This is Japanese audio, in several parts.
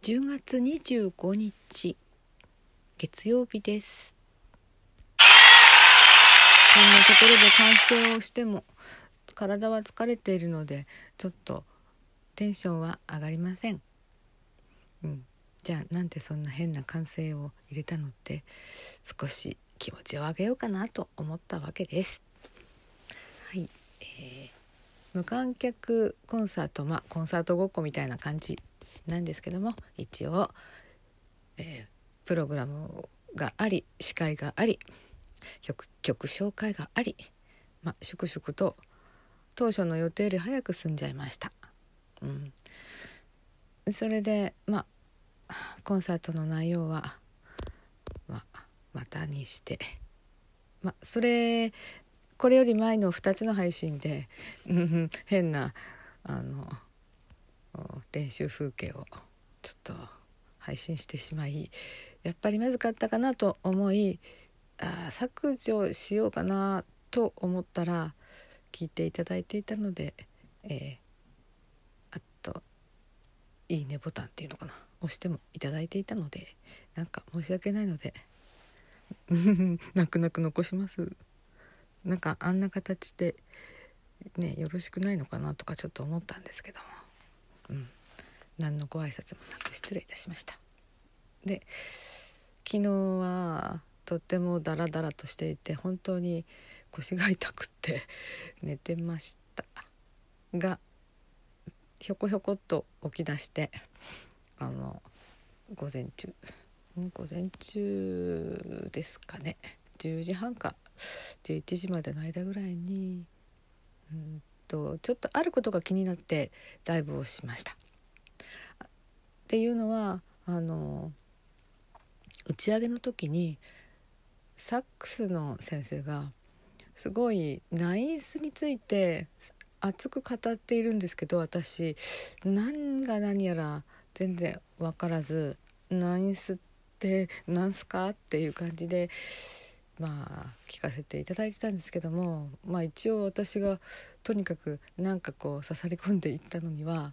10月25日月曜日です。こんなところで完成をしても体は疲れているのでちょっとテンションは上がりません。じゃあなんでそんな変な歓声を入れたのって少し気持ちを上げようかなと思ったわけです。はい、無観客コンサート、コンサートごっこみたいな感じなんですけども、一応、プログラムがあり、司会があり、曲紹介があり、粛々と当初の予定より早く済んじゃいました。それでコンサートの内容はまたにして、これより前の2つの配信で変な練習風景をちょっと配信してしまい、やっぱりまずかったかなと思い、削除しようかなと思ったら聞いていただいていたので、あといいねボタンっていうのかな、押してもいただいていたので、なんか申し訳ないので泣く泣く残します。なんかあんな形でね、よろしくないのかなとかちょっと思ったんですけども、何のご挨拶もなく失礼いたしました。で、昨日はとってもダラダラとしていて本当に腰が痛くって寝てましたが、ひょこひょこっと起き出して午前中ですかね、10時半か11時までの間ぐらいにちょっとあることが気になってライブをしました。っていうのは打ち上げの時にサックスの先生がすごいナインスについて熱く語っているんですけど、私何が何やら全然分からず、ナインスって何すかっていう感じで聞かせていただいてたんですけども、一応私がとにかく刺さり込んでいったのには、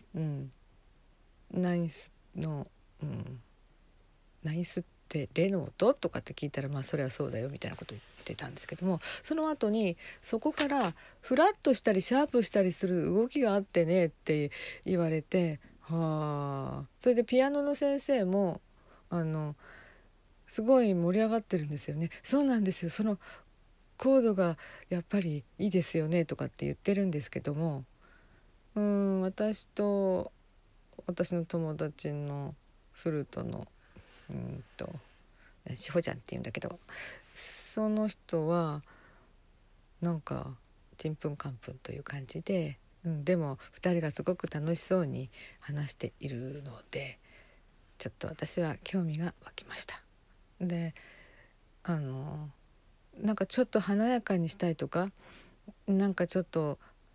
ナインスの、ナインスってレの音とかって聞いたらそれはそうだよみたいなことを言ってたんですけども、その後にそこからフラットしたりシャープしたりする動きがあってねって言われて、それでピアノの先生もすごい盛り上がってるんですよね。そうなんですよ、そのコードがやっぱりいいですよねとかって言ってるんですけども、私と私の友達のフルートのしほちゃんっていうんだけど、その人はなんかちんぷんかんぷんという感じで、でも2人がすごく楽しそうに話しているので、ちょっと私は興味が湧きました。でなんかちょっと華やかにしたいとか、なんかちょっと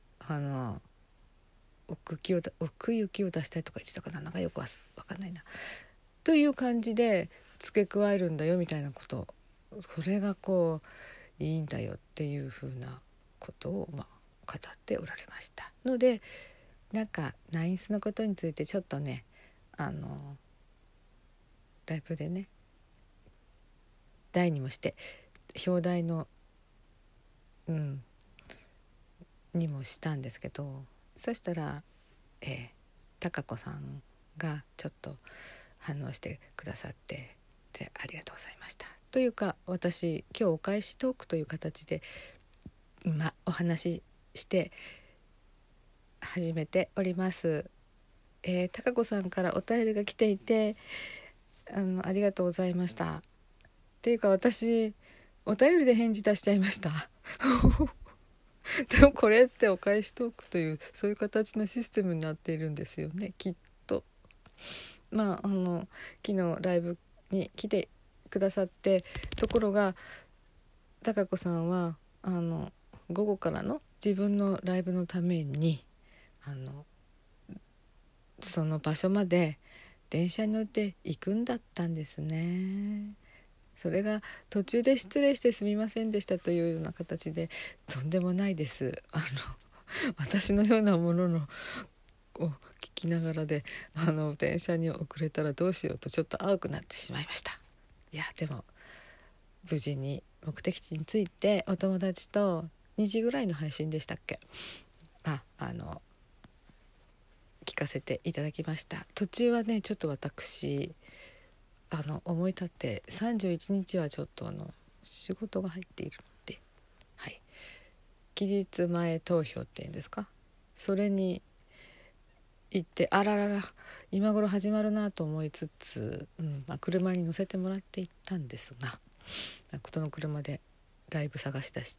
奥行きを出したいとか言ってたかな、なんかよくわかんないなという感じで付け加えるんだよみたいなこと、それがいいんだよっていうふうなことを語っておられましたので、なんかナインスのことについてちょっとねライブでね題にもして表題のにもしたんですけど、そしたら貴子さんがちょっと反応してくださって、でありがとうございましたというか、私今日お返しトークという形で今お話しして始めております。貴子さんからお便りが来ていてありがとうございました。っていうか私お便りで返事出しちゃいましたでもこれってお返しトークというそういう形のシステムになっているんですよね、きっと。昨日ライブに来てくださって、ところが貴子さんは午後からの自分のライブのためにその場所まで電車に乗って行くんだったんですね。それが途中で失礼してすみませんでしたというような形で、とんでもないです。私のようなもののを聞きながらで電車に遅れたらどうしようとちょっと青くなってしまいました。いやでも無事に目的地に着いて、お友達と2時ぐらいの配信でしたっけ、聞かせていただきました。途中はねちょっと私思い立って31日はちょっと仕事が入っているので、はい、期日前投票っていうんですか、それに行って、あららら今頃始まるなと思いつつ、車に乗せてもらって行ったんですが、その車でライブ探し出して、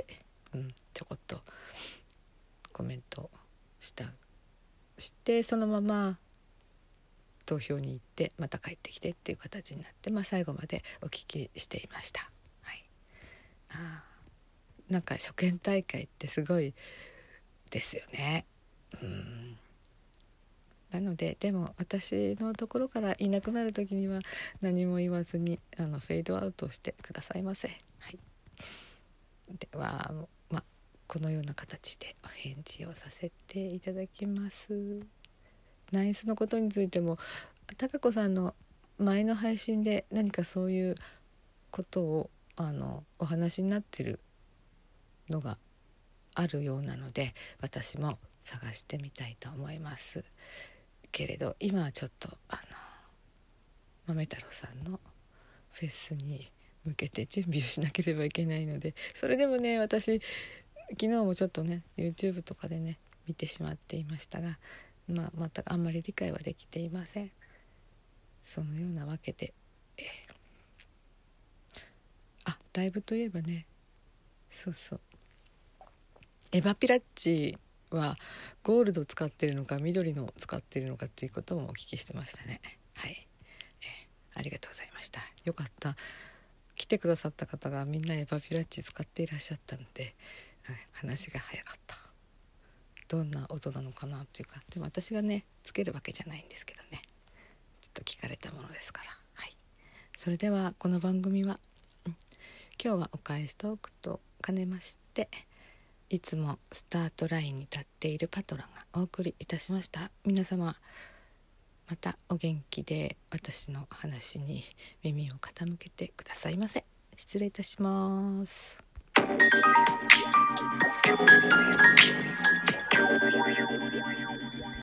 ちょこっとコメントしてそのまま投票に行ってまた帰ってきてっていう形になって、最後までお聞きしていました。はい、なんか初見大会ってすごいですよね。なのででも私のところからいなくなる時には何も言わずにフェードアウトしてくださいませ。はい、では、このような形でお返事をさせていただきます。ナイスのことについても貴子さんの前の配信で何かそういうことをお話になってるのがあるようなので、私も探してみたいと思いますけれど、今はちょっと豆太郎さんのフェスに向けて準備をしなければいけないので、それでもね私昨日もちょっとね YouTube とかでね見てしまっていましたが、またあんまり理解はできていません。そのようなわけで、ライブといえばね、そうエヴァピラッチはゴールド使ってるのか緑の使ってるのかっていうこともお聞きしてましたね。はい、ありがとうございました。よかった、来てくださった方がみんなエヴァピラッチ使っていらっしゃったので、話が早かった。どんな音なのかなっていうか、でも私がねつけるわけじゃないんですけどね、ちょっと聞かれたものですから。はい、それではこの番組は、今日はお返しトークと兼ねまして、いつもスタートラインに立っているパトランがお送りいたしました。皆様またお元気で私の話に耳を傾けてくださいませ。失礼いたします。